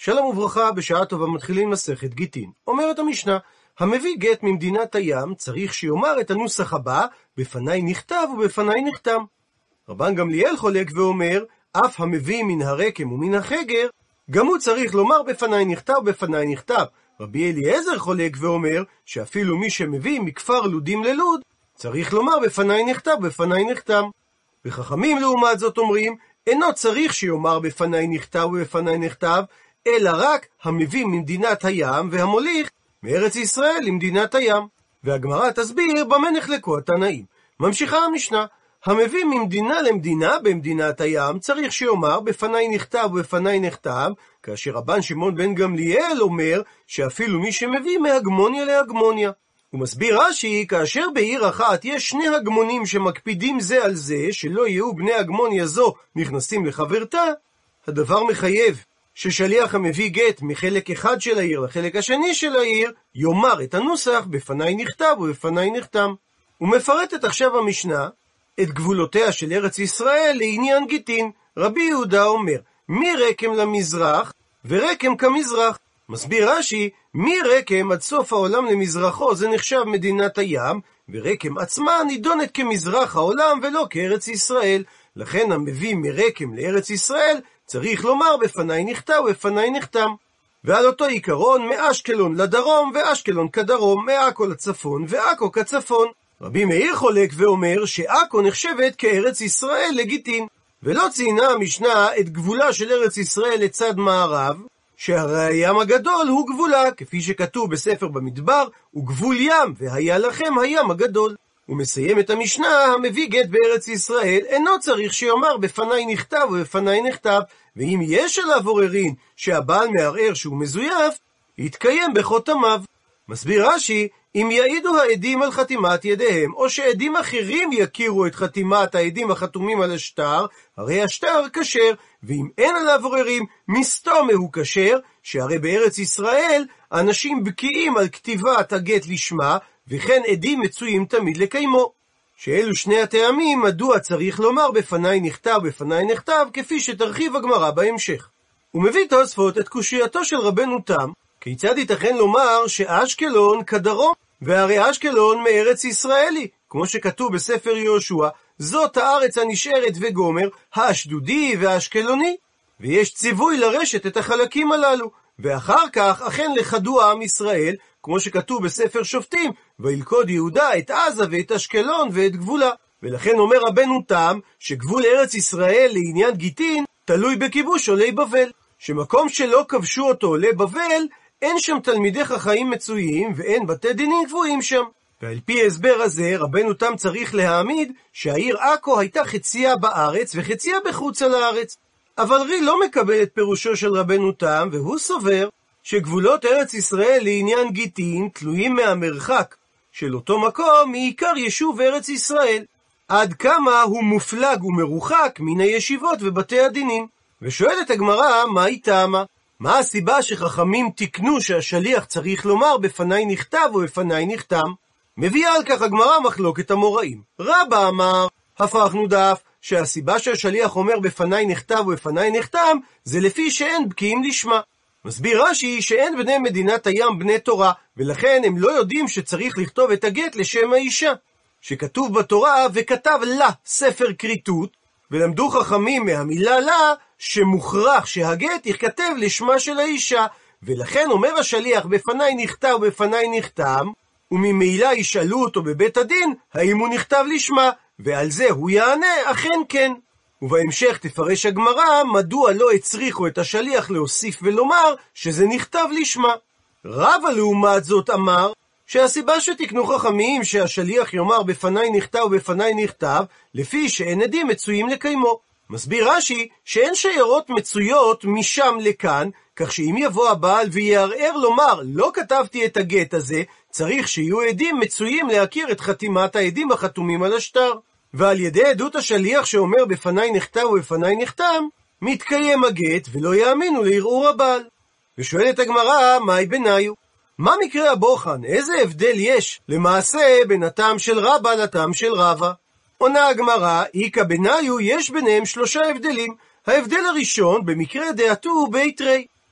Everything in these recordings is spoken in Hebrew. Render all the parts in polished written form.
שלום וברכה, בשעה טובה מתחילים מסכת גיטין. אומרת המשנה, המביא גט ממדינת הים צריך שיאמר את הנוסח הבא, בפניי נכתב ובפניי נחתם. רבן גמליאל חולק ואומר, אף המביא מן הרקם ומן החגר, גם הוא צריך לומר בפניי נכתב ובפניי נכתב. רבי אליעזר חולק ואומר, שאפילו מי שמביא מכפר לודים ללוד, צריך לומר בפניי נכתב ובפניי נחתם. וחכמים לעומת זאת אומרים, אינו צריך שיאמר בפניי נכתב ובפניי נכתב, אלא רק המביא ממדינת הים והמוליך מארץ ישראל למדינת הים. והגמרא תסביר במה נחלקו התנאים. ממשיכה המשנה, המביא ממדינה למדינה במדינת הים צריך שיאמר בפניי נכתב ובפניי נכתב, כאשר רבן שמעון בן גמליאל אומר שאפילו מי שמביא מהגמוניה להגמוניה. הוא מסביר רש"י, כאשר בעיר אחת יש שני הגמונים שמקפידים זה על זה, שלא יהיו בני הגמוניה זו נכנסים לחברתה, הדבר מחייב ששליח המביא גט מחלק אחד של העיר לחלק השני של העיר, יאמר את הנוסח בפניי נכתב ובפניי נחתם. ומפרטת עכשיו המשנה את גבולותיה של ארץ ישראל לעניין גיטין. רבי יהודה אומר, מרקם למזרח ורקם כמזרח. מסביר רש"י, מרקם עד סוף העולם למזרחו זה נחשב מדינת הים, ורקם עצמה נידונת כמזרח העולם ולא כארץ ישראל. לכן המביא מרקם לארץ ישראל צריך לומר בפניי נכתב ובפניי נחתם. ועל אותו עיקרון, מאשקלון לדרום ואשקלון כדרום, מעכו לצפון ועכו כצפון. רבי מאיר חולק ואומר שעכו נחשבת כארץ ישראל לגיטין, ולא ציינה המשנה את גבולה של ארץ ישראל לצד מערב, שהרי הים הגדול הוא גבולה, כפי שכתוב בספר במדבר, הוא גבול ים, והיה לכם הים הגדול. הוא מסיים את המשנה, המביא גט בארץ ישראל אינו צריך שיאמר בפניי נכתב ובפניי נכתב, ואם יש עליו עוררין שהבעל מערער שהוא מזויף, יתקיים בחותמיו. מסביר רש"י, אם יעידו העדים על חתימת ידיהם, או שעדים אחרים יכירו את חתימת העדים החתומים על השטר, הרי השטר כשר, ואם אין עליו עוררים, מסתום הוא כשר, שהרי בארץ ישראל אנשים בקיאים על כתיבת הגט לשמה, וכן עדים מצויים תמיד לקיימו. שאלו שני הטעמים מדוע צריך לומר בפניי נכתב בפניי נכתב, כפי שתרחיב הגמרא בהמשך. הוא מביא תוספות את קושייתו של רבנו תם, כיצד ייתכן לומר שאשקלון כדרום, והרי אשקלון מארץ ישראלי, כמו שכתוב בספר יהושע, זאת הארץ הנשארת וגומר, האשדודי והאשקלוני, ויש ציווי לרשת את החלקים הללו, ואחר כך אכן לחדו עם ישראל, כמו שכתוב בספר שופטים, וילכוד יהודה את עזה ואת אשקלון ואת גבולה. ולכן אומר רבנו תם שגבול ארץ ישראל לעניין גיטין תלוי בכיבוש עולי בבל, שמקום שלא כבשו אותו עולי בבל, אין שם תלמידי חכמים מצויים ואין בתי דינים קבועים שם. ועל פי ההסבר הזה רבנו תם צריך להעמיד שהעיר עכו הייתה חציה בארץ וחציה בחוץ על הארץ. אבל רי לא מקבל את פירושו של רבנו תם, והוא סובר שגבולות ארץ ישראל לעניין גיטין תלויים מהמרחק של אותו מקום מעיקר יישוב ארץ ישראל, עד כמה הוא מופלג ומרוחק מן הישיבות ובתי הדינים. ושואלת הגמרא, מה היא טעמה? מה הסיבה שחכמים תיקנו שהשליח צריך לומר בפניי נכתב ובפניי נחתם? מביאה על כך הגמרא מחלוקת המוראים. רבא אמר, הפכנו דף, שהסיבה שהשליח אומר בפניי נכתב ובפניי נחתם, זה לפי שאין בקיאים לשמה. מסביר רש"י שאין בני מדינת הים בני תורה, ולכן הם לא יודעים שצריך לכתוב את הגט לשם האישה, שכתוב בתורה וכתב לה ספר כריתות, ולמדו חכמים מהמילה לה שמוכרח שהגט יכתב לשמה של האישה, ולכן אומר השליח בפניי נכתב ובפניי נחתם, וממילא ישאלו אותו בבית הדין האם הוא נכתב לשמה, ועל זה הוא יענה אכן כן. ובהמשך תפרש הגמרא מדוע לא הצריכו את השליח להוסיף ולומר שזה נכתב לשמה. רבא לעומת זאת אמר שהסיבה שתקנו חכמים שהשליח יאמר בפניי נכתב ובפניי נכתב, לפי שאין עדים מצויים לקיימו. מסביר רש"י שאין שיירות מצויות משם לכאן, כך שאם יבוא הבעל ויערער לומר לא כתבתי את הגט הזה, צריך שיהיו עדים מצויים להכיר את חתימת העדים החתומים על השטר. ועל ידי עדות השליח שאומר בפניי נכתב ובפניי נחתם, מתקיים הגט ולא יאמינו לערעור הבעל. ושואלת הגמרא, מהי ביניו? מה מקרה הבוחן? איזה הבדל יש למעשה בין הטעם של רבא לטעם של רבא? עונה הגמרא, איקא ביניו, יש ביניהם 3 הבדלים. ההבדל הראשון, במקרה דעתו בית רי,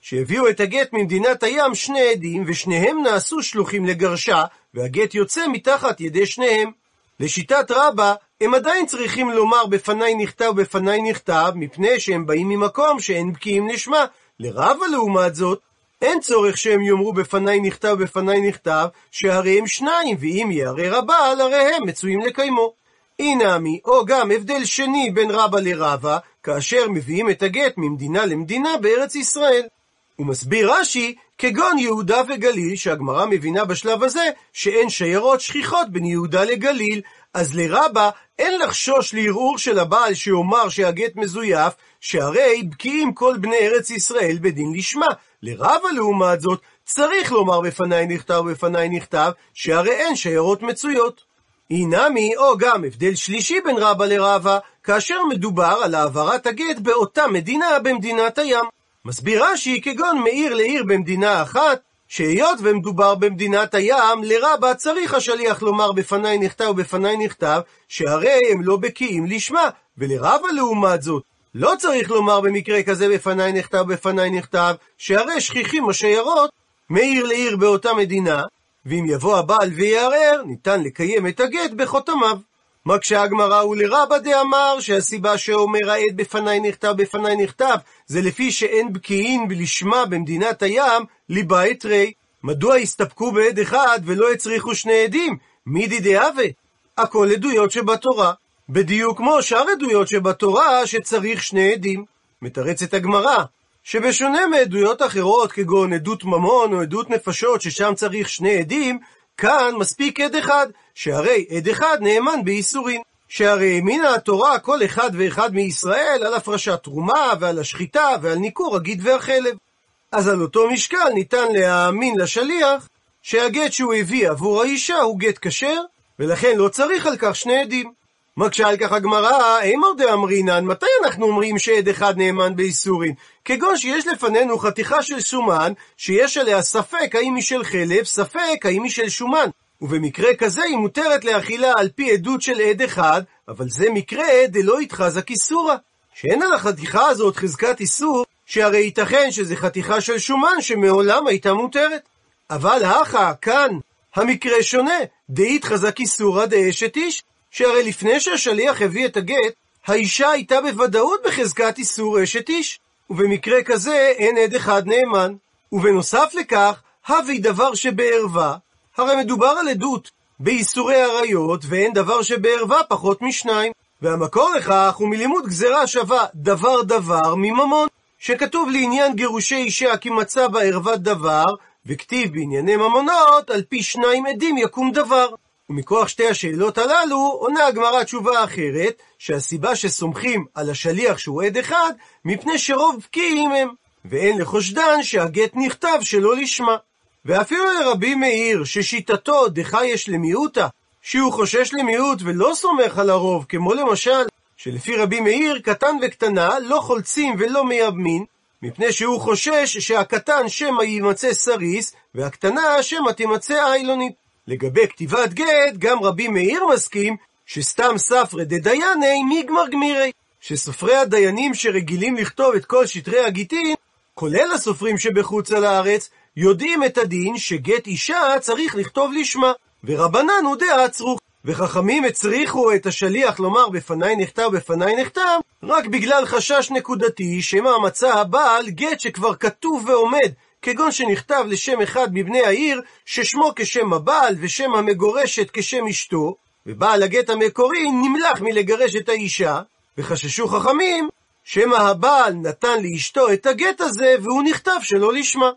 שהביאו את הגט ממדינת הים שני עדים, ושניהם נעשו שלוחים לגרשה, והגט יוצא מתחת ידי שניהם. לשיטת רבא, הם עדיין צריכים לומר בפני נכתב בפני נכתב, מפני שהם באים ממקום שאין בקיאים לשמה. לרבא לעומת זאת, אין צורך שהם יאמרו בפני נכתב בפני נכתב, שהרי הם שניים, ואם יערער הבעל, הרי הם מצויים לקיימו. אינמי, או גם הבדל שני בין רבא לרבא, כאשר מביאים את הגט ממדינה למדינה בארץ ישראל. הוא מסביר רש"י, כגון יהודה וגליל, שהגמרא מבינה בשלב הזה שאין שיירות שכיחות בין יהודה לגליל, אז לרבא אין לחשוש לערעור של הבעל שיאמר שהגט מזויף, שהרי בקיאים כל בני ארץ ישראל בדין לשמה. לרבא לעומת זאת צריך לומר בפני נכתב בפני נכתב, שהרי אין שיירות מצויות. אינמי, או גם הבדל שלישי בין רבא לרבא, כאשר מדובר על העברת הגט באותה מדינה במדינת הים. מסביר רש"י, כגון מעיר לעיר במדינה אחת, שהיות ומדובר במדינת הים, לרבא צריך השליח לומר בפני נכתב ובפני נכתב, שהרי הם לא בקיאים לשמה. ולרבא לעומת זאת לא צריך לומר במקרה כזה בפני נכתב בפני נכתב, שהרי שכיחים השיירות מעיר לעיר באותה מדינה, ואם יבוא הבעל ויערער, ניתן לקיים את הגט בחותמיו. מקשה הגמרא ולרבא דאמר שהסיבה שאומר העד בפני נכתב בפני נכתב, זה לפי שאין בקיאים לשמה במדינת הים, ליבה אתרי. מדוע הסתפקו בעד אחד ולא הצריכו שני עדים? מידי דהווה, הכל עדויות שבתורה, בדיוק כמו שאר עדויות שבתורה שצריך שני עדים. מתרצת הגמרא שבשונה מעדויות אחרות כגון עדות ממון או עדות נפשות ששם צריך שני עדים, כאן מספיק עד אחד, שהרי עד אחד נאמן באיסורין, שהרי האמינה התורה כל אחד ואחד מישראל על הפרשת תרומה ועל השחיטה ועל ניכור הגיד והחלב. אז על אותו משקל ניתן להאמין לשליח שהגט שהוא הביא עבור האישה הוא גט כשר, ולכן לא צריך על כך שני עדים. מקשה על כך הגמרא, אימר דאמרינן, מתי אנחנו אומרים שעד אחד נאמן באיסורין? כגון שיש לפנינו חתיכה של שומן, שיש עליה ספק האם היא של חלב, ספק האם היא של שומן. ובמקרה כזה היא מותרת לאכילה על פי עדות של עד אחד, אבל זה מקרה דלא יתחזק איסורה, שאין על החתיכה הזאת חזקת איסור, שהרי ייתכן שזה חתיכה של שומן שמעולם הייתה מותרת. אבל האחה, כאן, המקרה שונה, דאיתחזק איסורה דאשת איש, שהרי לפני שהשליח הביא את הגט, האישה הייתה בוודאות בחזקת איסור אשת איש, ובמקרה כזה אין עד אחד נאמן. ובנוסף לכך, הווי דבר שבערווה, הרי מדובר על עדות באיסורי עריות, ואין דבר שבערווה פחות משניים. והמקור לכך הוא מלימוד גזרה שווה דבר דבר מממון, שכתוב לעניין גירושי אישה כי מצא בערוות דבר, וכתיב בענייני ממונות על פי שניים עדים יקום דבר. ומכוח שתי השאלות הללו עונה הגמרא תשובה אחרת, שהסיבה שסומכים על השליח שהוא עד אחד, מפני שרוב בקיאים הם, ואין לחושדן שהגט נכתב שלא לשמה. ואפילו לרבי מאיר, ששיטתו דחה יש למיעוטה, שהוא חושש למיעוט ולא סומך על הרוב, כמו למשל, שלפי רבי מאיר קטן וקטנה לא חולצים ולא מייבמין, מפני שהוא חושש שהקטן שמא יימצא סריס, והקטנה שמא תימצא איילונית. לגבי כתיבת גט, גם רבי מאיר מסכים שסתם ספרי דדייני מיגמר גמירי, שסופרי הדיינים שרגילים לכתוב את כל שטרי הגיטין, כולל הסופרים שבחוץ על הארץ, יודעים את הדין שגט אישה צריך לכתוב לשמה, ורבנן הוא דעצרו, וחכמים הצריכו את השליח לומר בפני נכתב בפני נכתב, רק בגלל חשש נקודתי שמא מצא הבעל גט שכבר כתוב ועומד, כגון שנכתב לשם אחד מבני העיר, ששמו כשם הבעל ושם המגורשת כשם אשתו, ובעל הגט המקורי נמלח מלגרש את האישה, וחששו חכמים שמא הבעל נתן לאשתו את הגט הזה והוא נכתב שלא לשמה.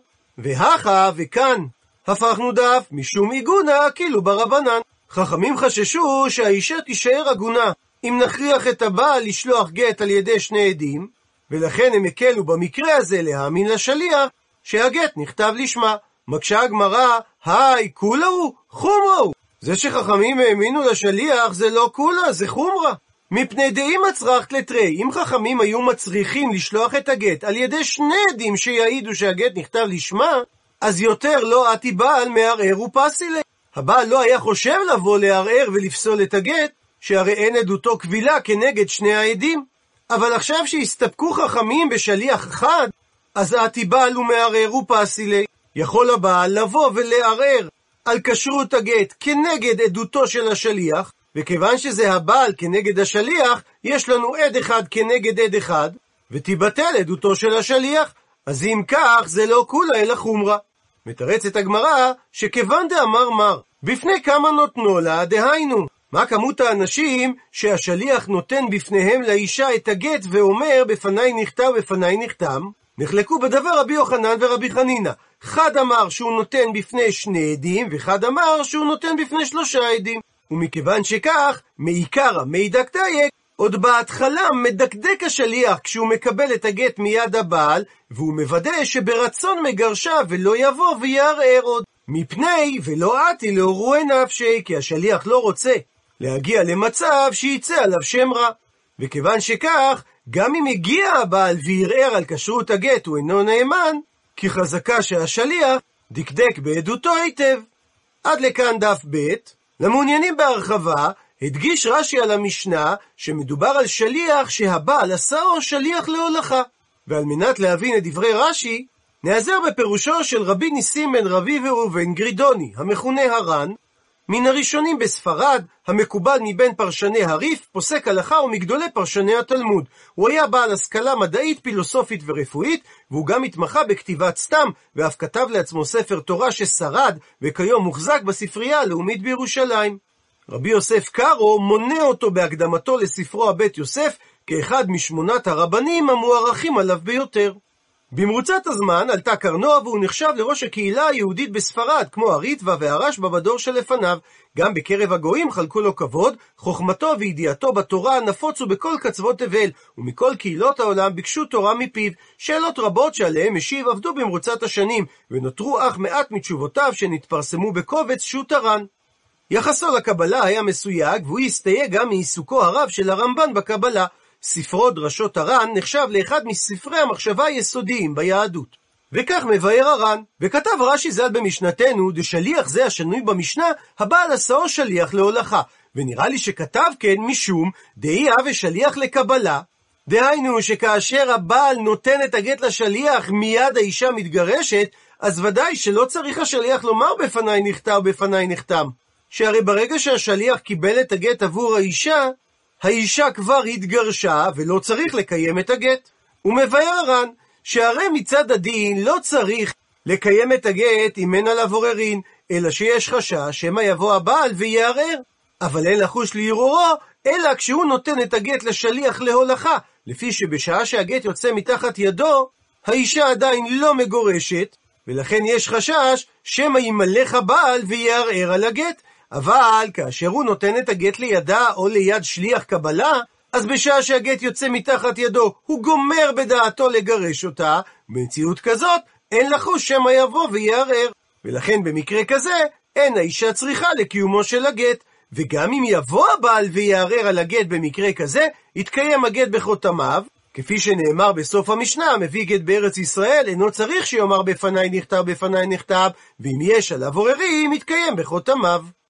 והכה וכאן הפכנו דף משום עיגונה כאילו ברבנן. חכמים חששו שהאישה תישאר עגונה אם נכריח את הבעל לשלוח גט על ידי שני עדים, ולכן הם הקלו במקרה הזה להאמין לשליח שהגט נכתב לשמה. מקשה הגמרא, היי, כולה הוא? חומרה הוא. זה שחכמים האמינו לשליח זה לא כולה, זה חומרה. מפני דאם מצרכת לתרי, אם חכמים היו מצריכים לשלוח את הגט על ידי שני עדים שיעידו שהגט נכתב לשמה, אז יותר לא עתי בעל מערער ופסילי. הבעל לא היה חושב לבוא לערער ולפסול את הגט, שהרי אין עדותו קבילה כנגד שני העדים. אבל עכשיו שהסתפקו חכמים בשליח אחד, אז אתי בעל ומערער ופסי לי. יכול הבעל לבוא ולערער על כשרות הגט כנגד עדותו של השליח, וכיוון שזה הבעל כנגד השליח, יש לנו עד אחד כנגד עד אחד, ותיבטל עדותו של השליח. אז אם כך, זה לא כולה אלא חומרה. מתרצת הגמרא שכיוון דאמר מר, בפני כמה נותנו לה, דהיינו, מה כמות האנשים שהשליח נותן בפניהם לאישה את הגט ואומר בפניי נכתב בפניי נחתם? נחלקו בדבר רבי יוחנן ורבי חנינא. אחד אמר שהוא נותן בפני 2 עדים, ואחד אמר שהוא נותן בפני 3 עדים. ומכיוון שכך, מעיקרא מידק דייק, עוד בהתחלה מדקדק השליח כשהוא מקבל את הגט מיד הבעל, והוא מוודא שברצון מגרשה ולא יבוא ויערער עוד. מפני ולא אתי לעורוי נפשי, כי השליח לא רוצה להגיע למצב שיצא עליו שם רע. וכיוון שכך, גם אם הגיע הבעל וערער על כשרות הגט הוא אינו נאמן, כי חזקה שהשליח דקדק בעדותו היטב. עד לכאן דף ב'. למעוניינים בהרחבה, הדגיש רש"י על המשנה שמדובר על שליח שהבעל עשה או שליח להולכה. ועל מנת להבין את דברי רש"י, נעזר בפירושו של רבי ניסים בן רבי וראובן גרידוני, המכונה הר"ן, מן הראשונים בספרד, המקובל מבין פרשני הריף, פוסק הלכה ומגדולי פרשני התלמוד. הוא היה בעל השכלה מדעית, פילוסופית ורפואית, והוא גם התמחה בכתיבת סתם, ואף כתב לעצמו ספר תורה ששרד, וכיום מוחזק בספרייה הלאומית בירושלים. רבי יוסף קארו מונה אותו בהקדמתו לספרו הבית יוסף, כאחד מ8 הרבנים המוערכים עליו ביותר. במרוצת הזמן עלתה קרנו והוא נחשב לראש הקהילה היהודית בספרד, כמו הריטב"א והרשב"א בדור שלפניו. גם בקרב הגויים חלקו לו כבוד, חוכמתו וידיעתו בתורה נפוצו בכל קצוות תבל, ומכל קהילות העולם ביקשו תורה מפיו. שאלות רבות שעליהם השיב עבדו במרוצת השנים, ונותרו אך מעט מתשובותיו שנתפרסמו בקובץ שו"ת הר"ן. יחסו לקבלה היה מסויג, והוא הסתייג גם מעיסוקו הרב של הרמב"ן בקבלה. ספרו דרשות הר"ן נחשב לאחד מספרי המחשבה היסודיים ביהדות. וכך מבאר הר"ן, וכתב רש"י ז"ל במשנתנו, דשליח זה השנוי במשנה, הבעל עשאו שליח להולכה. ונראה לי שכתב כן משום דאי הווה שליח לקבלה, דהיינו שכאשר הבעל נותן את הגט לשליח מיד האישה מתגרשת, אז ודאי שלא צריך השליח לומר בפניי נכתב בפניי נחתם, שהרי ברגע שהשליח קיבל את הגט עבור האישה, האישה כבר התגרשה ולא צריך לקיים את הגט. ומבאר הר"ן שהרי מצד הדין לא צריך לקיים את הגט אם אין עליו עוררין, אלא שיש חשש שמא יבוא הבעל ויערער, אבל אין לחוש לערעורו אלא כשהוא נותן את הגט לשליח להולכה, לפי שבשעה שהגט יוצא מתחת ידו האישה עדיין לא מגורשת, ולכן יש חשש שמא ימלך הבעל ויערער על הגט. אבל כאשר הוא נותן את הגט לידה או ליד שליח קבלה, אז בשעה שהגט יוצא מתחת ידו הוא גומר בדעתו לגרש אותה. במציאות כזאת אין לחוש שמא יבוא ויערער, ולכן במקרה כזה אין האישה צריכה לקיומו של הגט. וגם אם יבוא הבעל ויערער על הגט במקרה כזה, יתקיים הגט בחותמיו, כפי שנאמר בסוף המשנה, מביא גט בארץ ישראל אינו צריך שיאמר בפניי נכתב בפניי נכתב, ואם יש עליו עוררים יתקיים בחותמיו.